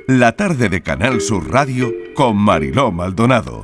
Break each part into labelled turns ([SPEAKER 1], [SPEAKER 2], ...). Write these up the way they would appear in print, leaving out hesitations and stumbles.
[SPEAKER 1] la tarde de Canal Sur Radio con Mariló Maldonado.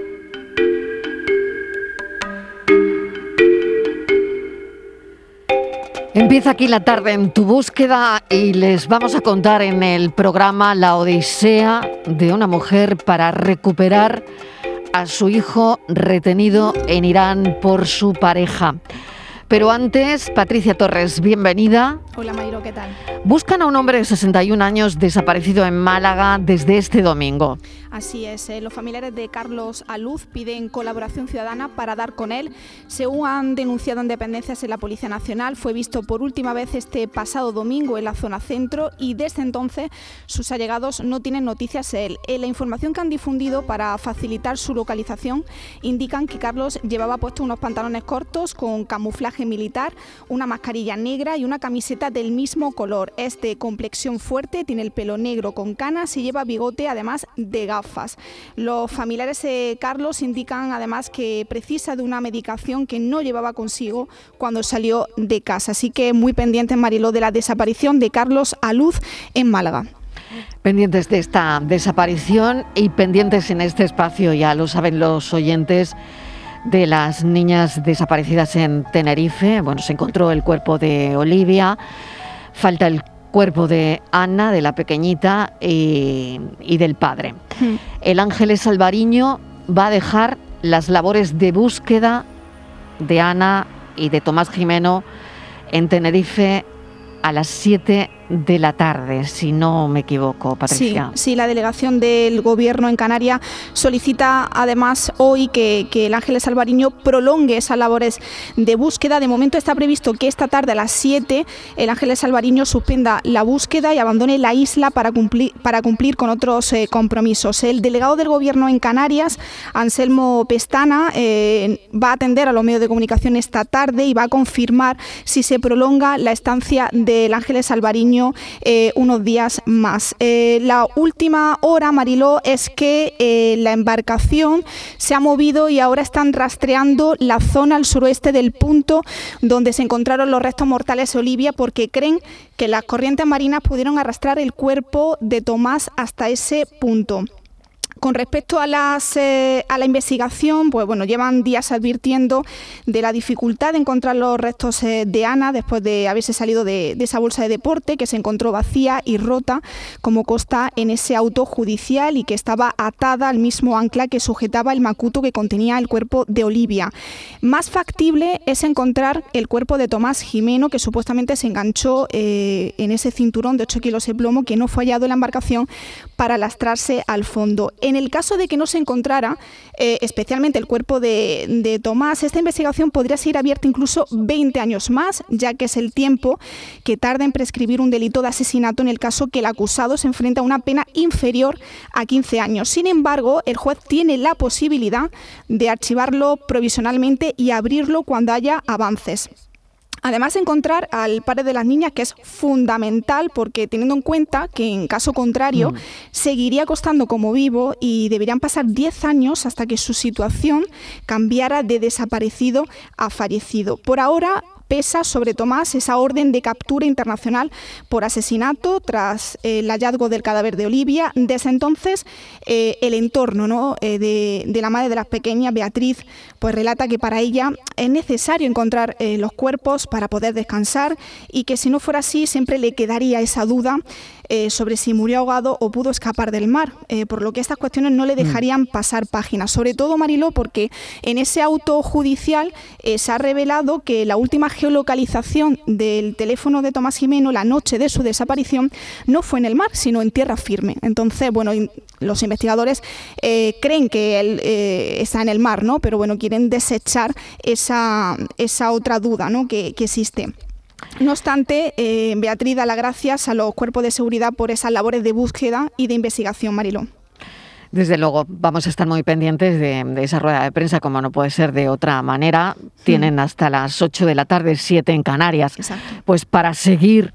[SPEAKER 2] Empieza aquí la tarde en Tu Búsqueda y les vamos a contar en el programa la odisea de una mujer para recuperar a su hijo retenido en Irán por su pareja. Pero antes, Patricia Torres, bienvenida.
[SPEAKER 3] Hola Mariló, ¿qué tal?
[SPEAKER 2] Buscan a un hombre de 61 años desaparecido en Málaga desde este domingo.
[SPEAKER 3] Así es, los familiares de Carlos Aluz piden colaboración ciudadana para dar con él. Según han denunciado en dependencias en la Policía Nacional, fue visto por última vez este pasado domingo en la zona centro y desde entonces sus allegados no tienen noticias de él. En la información que han difundido para facilitar su localización indican que Carlos llevaba puestos unos pantalones cortos con camuflaje militar, una mascarilla negra y una camiseta del mismo color. Es de complexión fuerte, tiene el pelo negro con canas y lleva bigote, además de gafas. Los familiares de Carlos indican además que precisa de una medicación que no llevaba consigo cuando salió de casa. Así que muy pendientes, Mariló, de la desaparición de Carlos Aluz en Málaga.
[SPEAKER 2] Pendientes de esta desaparición y pendientes en este espacio, ya lo saben los oyentes, de las niñas desaparecidas en Tenerife. Bueno, se encontró el cuerpo de Olivia, falta el cuerpo de Ana, de la pequeñita, y del padre. El Ángeles Alvariño va a dejar las labores de búsqueda de Ana y de Tomás Jimeno en Tenerife a las 7 de la tarde, si no me equivoco, Patricia.
[SPEAKER 3] Sí, la delegación del Gobierno en Canarias solicita además hoy que el Ángeles Alvariño prolongue esas labores de búsqueda. De momento está previsto que esta tarde a las 7 el Ángeles Alvariño suspenda la búsqueda y abandone la isla para cumplir con otros compromisos. El delegado del Gobierno en Canarias, Anselmo Pestana, va a atender a los medios de comunicación esta tarde y va a confirmar si se prolonga la estancia del Ángeles Alvariño unos días más. La última hora, Mariló, es que la embarcación se ha movido y ahora están rastreando la zona al suroeste del punto donde se encontraron los restos mortales de Olivia, porque creen que las corrientes marinas pudieron arrastrar el cuerpo de Tomás hasta ese punto. Con respecto a la investigación, pues bueno, llevan días advirtiendo de la dificultad de encontrar los restos de Ana después de haberse salido de esa bolsa de deporte que se encontró vacía y rota, como consta en ese auto judicial, y que estaba atada al mismo ancla que sujetaba el macuto que contenía el cuerpo de Olivia. Más factible es encontrar el cuerpo de Tomás Jimeno, que supuestamente se enganchó en ese cinturón de 8 kilos de plomo que no fue hallado en la embarcación para lastrarse al fondo. En el caso de que no se encontrara especialmente el cuerpo de Tomás, esta investigación podría seguir abierta incluso 20 años más, ya que es el tiempo que tarda en prescribir un delito de asesinato en el caso que el acusado se enfrenta a una pena inferior a 15 años. Sin embargo, el juez tiene la posibilidad de archivarlo provisionalmente y abrirlo cuando haya avances. Además, encontrar al padre de las niñas, que es fundamental, porque teniendo en cuenta que en caso contrario seguiría costando como vivo y deberían pasar 10 años hasta que su situación cambiara de desaparecido a fallecido. Por ahora pesa sobre Tomás esa orden de captura internacional por asesinato tras el hallazgo del cadáver de Olivia. Desde entonces, el entorno, ¿no?, de la madre de las pequeñas, Beatriz, pues relata que para ella es necesario encontrar los cuerpos para poder descansar, y que si no fuera así siempre le quedaría esa duda sobre si murió ahogado o pudo escapar del mar, por lo que estas cuestiones no le dejarían pasar páginas. Sobre todo, Mariló, porque en ese auto judicial se ha revelado que la última geolocalización del teléfono de Tomás Jimeno la noche de su desaparición no fue en el mar, sino en tierra firme. Entonces, bueno, los investigadores creen que él está en el mar, ¿no? Pero bueno, quieren desechar esa otra duda, ¿no?, que existe. No obstante, Beatriz da las gracias a los cuerpos de seguridad por esas labores de búsqueda y de investigación, Mariló.
[SPEAKER 2] Desde luego, vamos a estar muy pendientes de esa rueda de prensa, como no puede ser de otra manera. Tienen hasta las 8 de la tarde, 7 en Canarias,
[SPEAKER 3] Exacto,
[SPEAKER 2] pues para seguir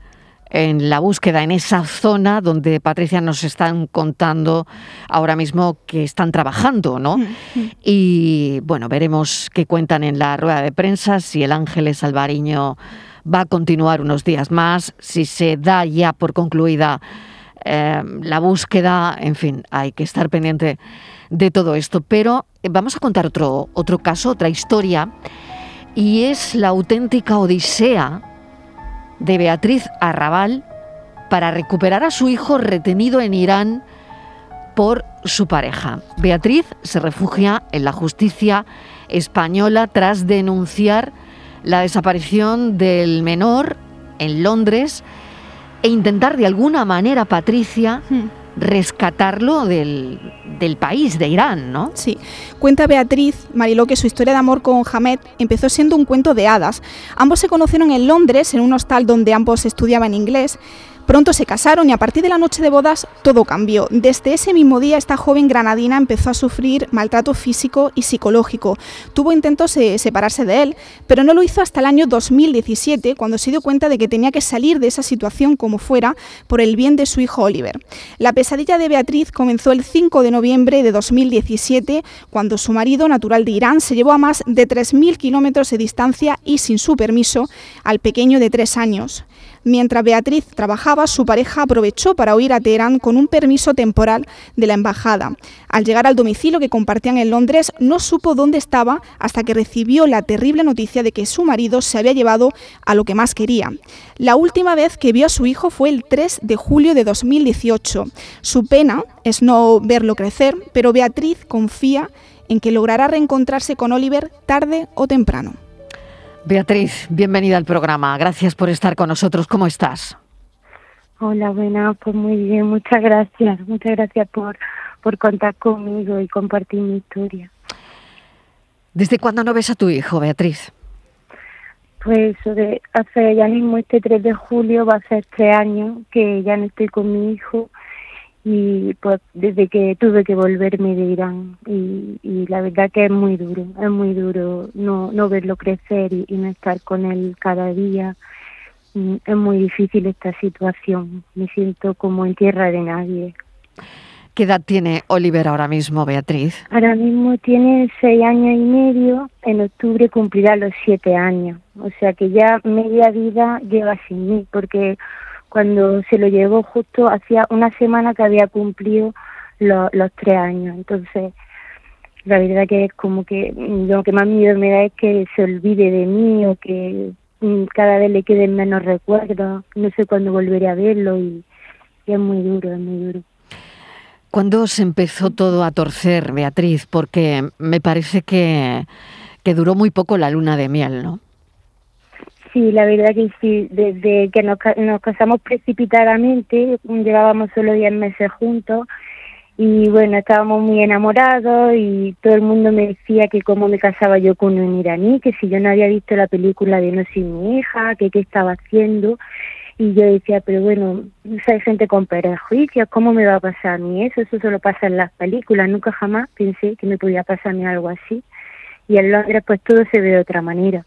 [SPEAKER 2] en la búsqueda en esa zona donde, Patricia, nos están contando ahora mismo que están trabajando, ¿no? Y bueno, veremos qué cuentan en la rueda de prensa, si el Ángeles Alvariño va a continuar unos días más, si se da ya por concluida la búsqueda, en fin, hay que estar pendiente de todo esto. Pero vamos a contar otro caso, otra historia, y es la auténtica odisea de Beatriz Arrabal para recuperar a su hijo retenido en Irán por su pareja. Beatriz se refugia en la justicia española tras denunciar la desaparición del menor en Londres e intentar de alguna manera, Patricia, rescatarlo del país, de Irán, ¿no?
[SPEAKER 3] Sí. Cuenta Beatriz, Mariló, que su historia de amor con Hamed empezó siendo un cuento de hadas. Ambos se conocieron en Londres, en un hostal donde ambos estudiaban inglés. Pronto se casaron y a partir de la noche de bodas todo cambió. Desde ese mismo día esta joven granadina empezó a sufrir maltrato físico y psicológico. Tuvo intentos de separarse de él, pero no lo hizo hasta el año 2017, cuando se dio cuenta de que tenía que salir de esa situación como fuera por el bien de su hijo Oliver. La pesadilla de Beatriz comenzó el 5 de noviembre de 2017, cuando su marido, natural de Irán, se llevó a más de 3.000 kilómetros de distancia y sin su permiso al pequeño de 3 años. Mientras Beatriz trabajaba, su pareja aprovechó para huir a Teherán con un permiso temporal de la embajada. Al llegar al domicilio que compartían en Londres, no supo dónde estaba hasta que recibió la terrible noticia de que su marido se había llevado a lo que más quería. La última vez que vio a su hijo fue el 3 de julio de 2018. Su pena es no verlo crecer, pero Beatriz confía en que logrará reencontrarse con Oliver tarde o temprano.
[SPEAKER 2] Beatriz, bienvenida al programa. Gracias por estar con nosotros. ¿Cómo estás?
[SPEAKER 4] Hola, buena, pues muy bien. Muchas gracias. Muchas gracias por contar conmigo y compartir mi historia.
[SPEAKER 2] ¿Desde cuándo no ves a tu hijo, Beatriz?
[SPEAKER 4] Pues hace ya mismo este 3 de julio va a ser 3 años que ya no estoy con mi hijo. Y pues desde que tuve que volverme de Irán y la verdad que es muy duro no verlo crecer y no estar con él cada día. Es muy difícil esta situación, me siento como en tierra de nadie.
[SPEAKER 2] ¿Qué edad tiene Oliver ahora mismo, Beatriz?
[SPEAKER 4] Ahora mismo tiene 6 años y medio, en octubre cumplirá los 7 años, o sea que ya media vida lleva sin mí, porque cuando se lo llevó justo hacía una semana que había cumplido los 3 años. Entonces, la verdad que es como que lo que más miedo me da es que se olvide de mí o que cada vez le queden menos recuerdos. No sé cuándo volveré a verlo y es muy duro, es muy duro.
[SPEAKER 2] ¿Cuándo se empezó todo a torcer, Beatriz? Porque me parece que duró muy poco la luna de miel, ¿no?
[SPEAKER 4] Sí, la verdad que sí, desde que nos casamos precipitadamente, llevábamos solo 10 meses juntos y bueno, estábamos muy enamorados y todo el mundo me decía que cómo me casaba yo con un iraní, que si yo no había visto la película de No soy mi hija, que qué estaba haciendo, y yo decía, pero bueno, hay gente con prejuicios, ¿cómo me va a pasar a mí eso? Eso solo pasa en las películas, nunca jamás pensé que me podía pasar a mí algo así, y en Londres pues todo se ve de otra manera.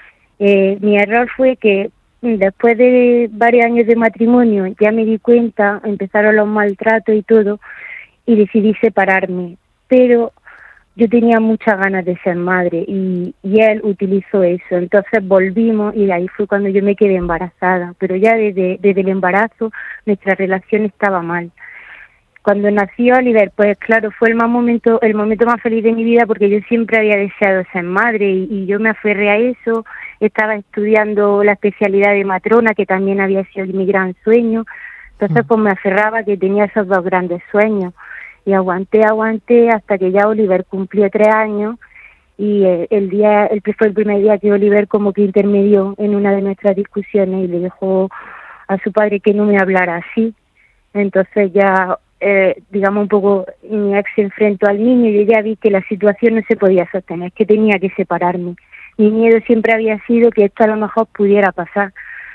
[SPEAKER 4] Mi error fue que después de varios años de matrimonio ya me di cuenta, empezaron los maltratos y todo, y decidí separarme. Pero yo tenía muchas ganas de ser madre y él utilizó eso. Entonces volvimos y ahí fue cuando yo me quedé embarazada. Pero ya desde el embarazo nuestra relación estaba mal. Cuando nació Oliver, pues claro, fue el momento más feliz de mi vida porque yo siempre había deseado ser madre y yo me aferré a eso. Estaba estudiando la especialidad de matrona, que también había sido mi gran sueño. Entonces pues me aferraba que tenía esos 2 grandes sueños. Y aguanté hasta que ya Oliver cumplió 3 años y fue el primer día que Oliver como que intermedió en una de nuestras discusiones y le dijo a su padre que no me hablara así. Entonces ya, digamos un poco, mi ex se enfrentó al niño y yo ya vi que la situación no se podía sostener, que tenía que separarme. Mi miedo siempre había sido que esto a lo mejor pudiera pasar.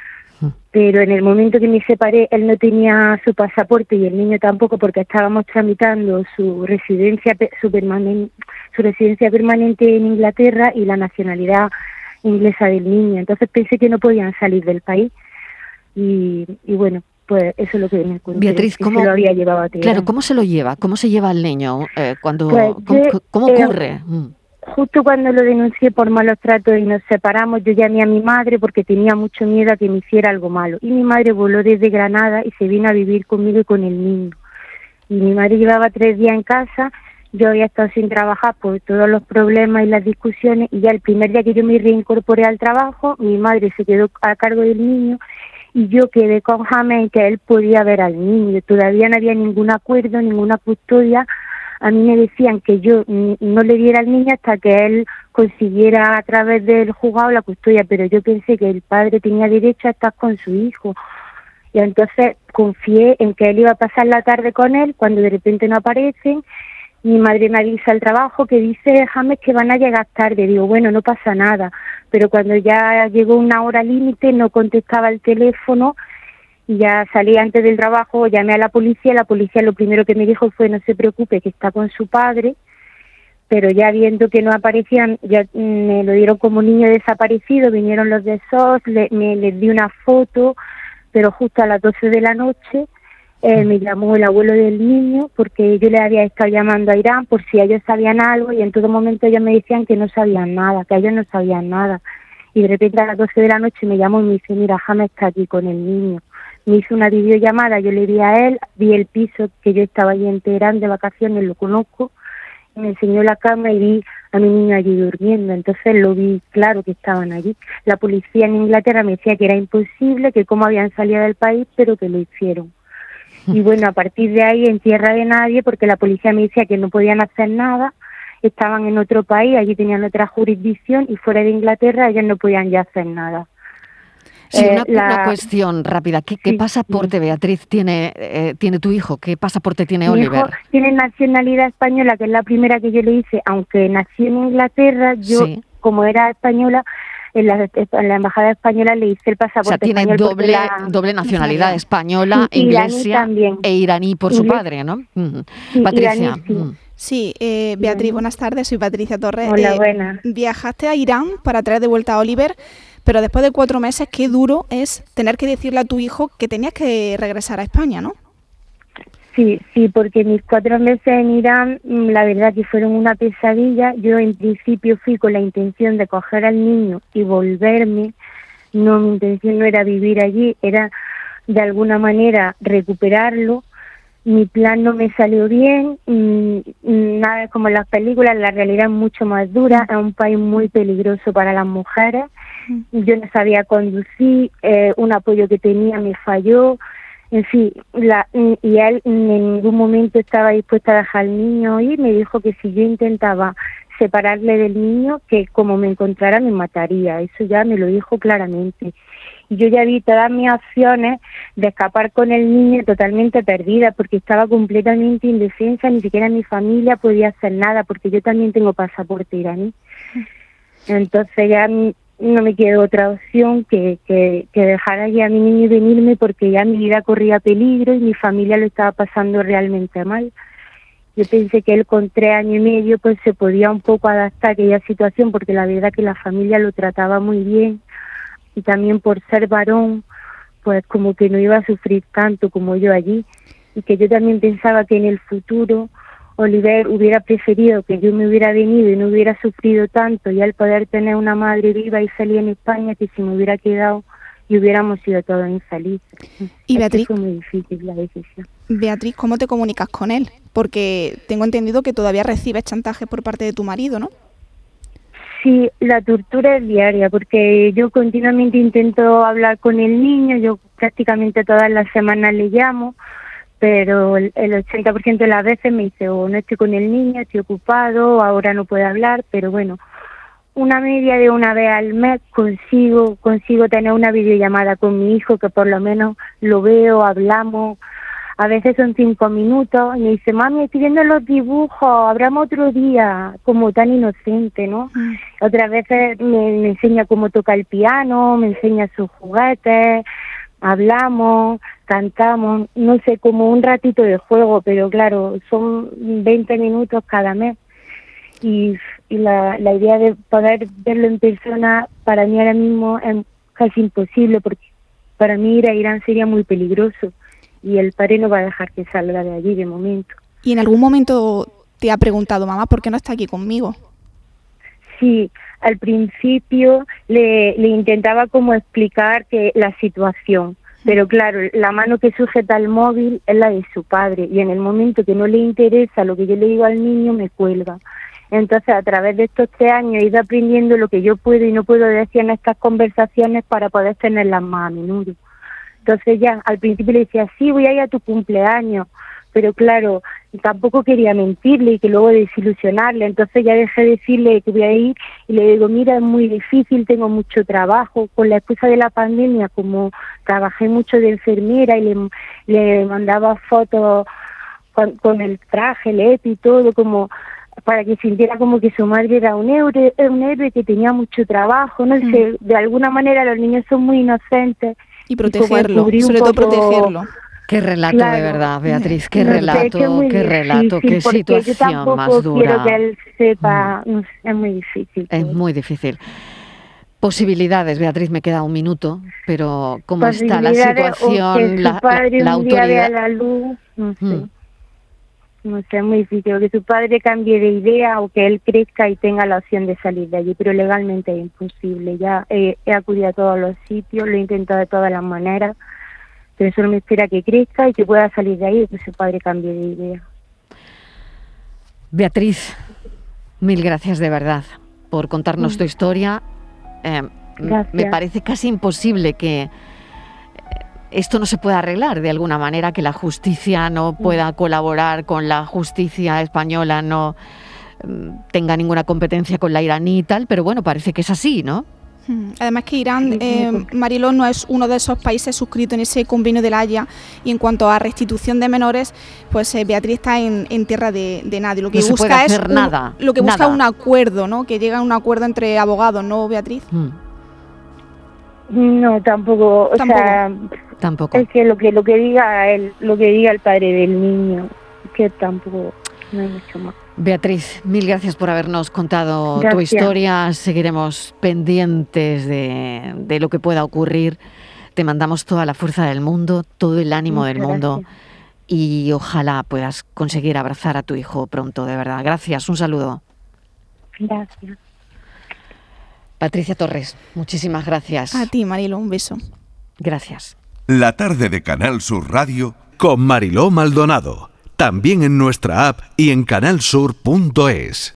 [SPEAKER 4] Pero en el momento que me separé, él no tenía su pasaporte y el niño tampoco, porque estábamos tramitando su residencia permanente en Inglaterra y la nacionalidad inglesa del niño. Entonces pensé que no podían salir del país y bueno, pues eso es lo que me encontré.
[SPEAKER 2] Beatriz, ¿cómo
[SPEAKER 4] se lo había llevado a Teherán.
[SPEAKER 2] Claro, ¿cómo se lo lleva? ¿Cómo se lleva el niño?
[SPEAKER 4] Pues
[SPEAKER 2] ¿Cómo ocurre?
[SPEAKER 4] justo cuando lo denuncié por malos tratos y nos separamos, yo llamé a mi madre porque tenía mucho miedo a que me hiciera algo malo. Y mi madre voló desde Granada y se vino a vivir conmigo y con el niño. Y mi madre llevaba 3 días en casa, yo había estado sin trabajar por todos los problemas y las discusiones, y ya el primer día que yo me reincorporé al trabajo, mi madre se quedó a cargo del niño y yo quedé con James en que él podía ver al niño. Todavía no había ningún acuerdo, ninguna custodia. A mí me decían que yo no le diera al niño hasta que él consiguiera a través del juzgado la custodia, pero yo pensé que el padre tenía derecho a estar con su hijo. Y entonces confié en que él iba a pasar la tarde con él, cuando de repente no aparecen. Mi madre me avisa al trabajo que dice James que van a llegar tarde. Digo, bueno, no pasa nada. Pero cuando ya llegó una hora límite no contestaba el teléfono y ya salí antes del trabajo, llamé a la policía lo primero que me dijo fue no se preocupe que está con su padre, pero ya viendo que no aparecían, ya me lo dieron como niño desaparecido, vinieron los de SOS, les di una foto, pero justo a las 12 de la noche me llamó el abuelo del niño porque yo le había estado llamando a Irán por si ellos sabían algo y en todo momento ellos me decían que no sabían nada, que ellos no sabían nada. Y de repente a las 12 de la noche me llamó y me dice, mira, James está aquí con el niño. Me hizo una videollamada, yo le vi a él, vi el piso que yo estaba allí en Teherán de vacaciones, lo conozco, me enseñó la cama y vi a mi niño allí durmiendo, entonces lo vi claro que estaban allí. La policía en Inglaterra me decía que era imposible, que cómo habían salido del país, pero que lo hicieron. Y bueno, a partir de ahí en tierra de nadie, porque la policía me decía que no podían hacer nada, estaban en otro país, allí tenían otra jurisdicción y fuera de Inglaterra ellos no podían ya hacer nada.
[SPEAKER 2] Sí, una cuestión rápida. ¿Qué pasaporte, Beatriz, tiene tu hijo? ¿Qué pasaporte tiene Oliver?
[SPEAKER 4] Mi hijo tiene nacionalidad española, que es la primera que yo le hice, aunque nació en Inglaterra, yo, como era española, en la embajada española le hice el pasaporte.
[SPEAKER 2] O sea, tiene doble nacionalidad española, inglesa e iraní por su padre, ¿no?
[SPEAKER 4] Sí,
[SPEAKER 2] Patricia.
[SPEAKER 4] Iraní,
[SPEAKER 3] Sí, Beatriz, buenas tardes, soy Patricia Torres.
[SPEAKER 4] Hola, buenas.
[SPEAKER 3] Viajaste a Irán para traer de vuelta a Oliver, pero después de 4 meses, qué duro es tener que decirle a tu hijo que tenías que regresar a España, ¿no?
[SPEAKER 4] Sí, porque mis 4 meses en Irán, la verdad que fueron una pesadilla. Yo en principio fui con la intención de coger al niño y volverme. No, mi intención no era vivir allí, era de alguna manera recuperarlo. Mi plan no me salió bien, nada como en las películas, la realidad es mucho más dura, es un país muy peligroso para las mujeres. Yo no sabía conducir, un apoyo que tenía me falló, en fin, y él en ningún momento estaba dispuesto a dejar al niño ir, me dijo que si yo intentaba separarle del niño, que como me encontrara me mataría, eso ya me lo dijo claramente. Y yo ya vi todas mis opciones de escapar con el niño totalmente perdida, porque estaba completamente indefensa, ni siquiera mi familia podía hacer nada, porque yo también tengo pasaporte iraní. Entonces ya no me quedó otra opción que dejar allí a mi niño y venirme, porque ya mi vida corría peligro y mi familia lo estaba pasando realmente mal. Yo pensé que él con 3 años y medio pues se podía un poco adaptar a aquella situación, porque la verdad que la familia lo trataba muy bien, y también por ser varón, pues como que no iba a sufrir tanto como yo allí, y que yo también pensaba que en el futuro Oliver hubiera preferido que yo me hubiera venido y no hubiera sufrido tanto, y al poder tener una madre viva y feliz en España, que si me hubiera quedado y hubiéramos sido todos infelices.
[SPEAKER 3] Y Beatriz,
[SPEAKER 4] fue muy difícil la decisión.
[SPEAKER 3] Beatriz, ¿cómo te comunicas con él? Porque tengo entendido que todavía recibes chantaje por parte de tu marido, ¿no?
[SPEAKER 4] Sí, la tortura es diaria, porque yo continuamente intento hablar con el niño, yo prácticamente todas las semanas le llamo, pero el 80% de las veces me dice, no estoy con el niño, estoy ocupado, ahora no puedo hablar, pero bueno, una media de una vez al mes consigo tener una videollamada con mi hijo, que por lo menos lo veo, hablamos. A veces son 5 minutos y me dice, mami, estoy viendo los dibujos, hablamos otro día, como tan inocente, ¿no? Otras veces me enseña cómo toca el piano, me enseña sus juguetes, hablamos, cantamos, no sé, como un ratito de juego, pero claro, son 20 minutos cada mes. Y la idea de poder verlo en persona para mí ahora mismo es casi imposible, porque para mí ir a Irán sería muy peligroso. Y el padre no va a dejar que salga de allí de momento.
[SPEAKER 3] ¿Y en algún momento te ha preguntado, mamá, por qué no está aquí conmigo?
[SPEAKER 4] Sí, al principio le intentaba como explicar que la situación, pero claro, la mano que sujeta el móvil es la de su padre y en el momento que no le interesa lo que yo le digo al niño me cuelga. Entonces, a través de estos 3 años he ido aprendiendo lo que yo puedo y no puedo decir en estas conversaciones para poder tenerlas más a menudo. Entonces ya, al principio le decía, sí, voy a ir a tu cumpleaños, pero claro, tampoco quería mentirle y que luego desilusionarle, entonces ya dejé de decirle que voy a ir y le digo, mira, es muy difícil, tengo mucho trabajo, con la excusa de la pandemia, como trabajé mucho de enfermera y le mandaba fotos con el traje, el EPI y todo, como para que sintiera como que su madre era un héroe que tenía mucho trabajo, no sé, de alguna manera los niños son muy inocentes.
[SPEAKER 3] Y protegerlo, sobre todo protegerlo.
[SPEAKER 2] Qué relato,
[SPEAKER 4] claro,
[SPEAKER 2] de verdad, Beatriz, qué
[SPEAKER 4] no sé,
[SPEAKER 2] relato,
[SPEAKER 4] qué
[SPEAKER 2] relato, qué situación más dura.
[SPEAKER 4] Quiero que él sepa, no sé, es muy difícil.
[SPEAKER 2] Es muy difícil. Posibilidades, Beatriz, me queda un minuto, pero ¿cómo está la situación,
[SPEAKER 4] la
[SPEAKER 2] autoridad?
[SPEAKER 4] Vea la luz, no sé. No sé, es muy difícil, o que su padre cambie de idea o que él crezca y tenga la opción de salir de allí, pero legalmente es imposible. Ya he acudido a todos los sitios, lo he intentado de todas las maneras, pero solo me espera que crezca y que pueda salir de ahí y que su padre cambie de idea.
[SPEAKER 2] Beatriz, mil gracias de verdad por contarnos tu historia. Me parece casi imposible que esto no se pueda arreglar de alguna manera, que la justicia no pueda colaborar con la justicia española, no tenga ninguna competencia con la iraní y tal, pero bueno, parece que es así, ¿no?
[SPEAKER 3] Además que Irán, Mariló, no es uno de esos países suscritos en ese convenio de La Haya, y en cuanto a restitución de menores, pues Beatriz está en tierra de nadie. Lo que
[SPEAKER 2] no
[SPEAKER 3] busca es
[SPEAKER 2] nada.
[SPEAKER 3] Un acuerdo, ¿no? Que llegue a un acuerdo entre abogados, ¿no, Beatriz?
[SPEAKER 4] No, tampoco. O sea,
[SPEAKER 2] tampoco.
[SPEAKER 4] Es que lo que diga el padre del niño, que tampoco, no hay mucho más.
[SPEAKER 2] Beatriz, mil gracias por habernos contado tu historia. Seguiremos pendientes de lo que pueda ocurrir. Te mandamos toda la fuerza del mundo, todo el ánimo del mundo y ojalá puedas conseguir abrazar a tu hijo pronto, de verdad. Gracias, un saludo.
[SPEAKER 4] Gracias.
[SPEAKER 2] Patricia Torres, muchísimas gracias.
[SPEAKER 3] A ti, Mariló, un beso.
[SPEAKER 2] Gracias.
[SPEAKER 1] La tarde de Canal Sur Radio
[SPEAKER 5] con Mariló Maldonado. También en nuestra app y en canalsur.es.